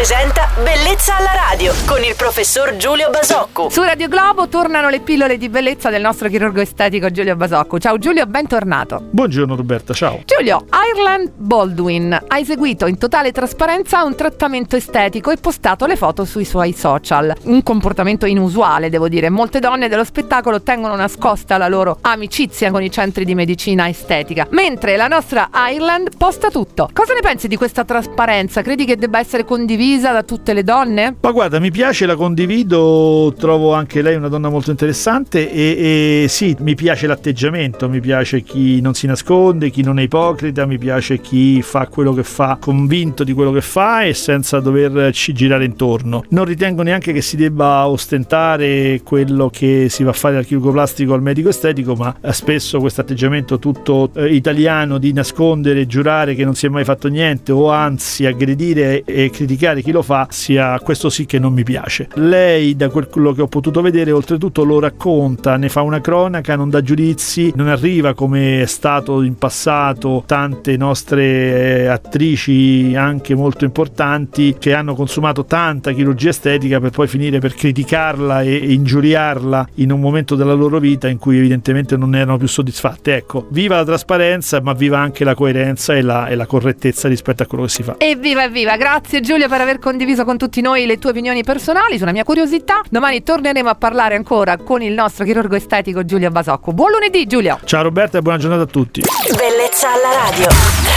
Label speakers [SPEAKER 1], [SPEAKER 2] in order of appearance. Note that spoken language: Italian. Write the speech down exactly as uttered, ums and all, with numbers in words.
[SPEAKER 1] presenta Bellezza alla radio con il professor Giulio Basocco.
[SPEAKER 2] Su Radio Globo tornano le pillole di bellezza del nostro chirurgo estetico Giulio Basocco. Ciao Giulio, bentornato.
[SPEAKER 3] Buongiorno Roberta, ciao.
[SPEAKER 2] Giulio, Ireland Baldwin ha eseguito in totale trasparenza un trattamento estetico e postato le foto sui suoi social. Un comportamento inusuale, devo dire. Molte donne dello spettacolo tengono nascosta la loro amicizia con i centri di medicina estetica, mentre la nostra Ireland posta tutto. Cosa ne pensi di questa trasparenza? Credi che debba essere condivisa da tutte le donne?
[SPEAKER 3] Ma guarda, mi piace, la condivido, trovo anche lei una donna molto interessante e, e sì, mi piace l'atteggiamento, mi piace chi non si nasconde, chi non è ipocrita, mi piace chi fa quello che fa convinto di quello che fa e senza doverci girare intorno. Non ritengo neanche che si debba ostentare quello che si va a fare dal chirurgo plastico al medico estetico, ma spesso questo atteggiamento tutto eh, italiano di nascondere, giurare che non si è mai fatto niente o anzi aggredire e criticare chi lo fa, sia questo sì che non mi piace. Lei, da quello che ho potuto vedere, oltretutto lo racconta, ne fa una cronaca, non dà giudizi, non arriva come è stato in passato tante nostre attrici anche molto importanti che hanno consumato tanta chirurgia estetica per poi finire per criticarla e ingiuriarla in un momento della loro vita in cui evidentemente non erano più soddisfatte. Ecco, viva la trasparenza, ma viva anche la coerenza e la, e la correttezza rispetto a quello che si fa.
[SPEAKER 2] Evviva, evviva! Grazie Giulio per aver condiviso con tutti noi le tue opinioni personali sulla mia curiosità. Domani torneremo a parlare ancora con il nostro chirurgo estetico Giulio Basocco. Buon lunedì Giulio!
[SPEAKER 3] Ciao Roberta e buona giornata a tutti.
[SPEAKER 1] Bellezza alla radio.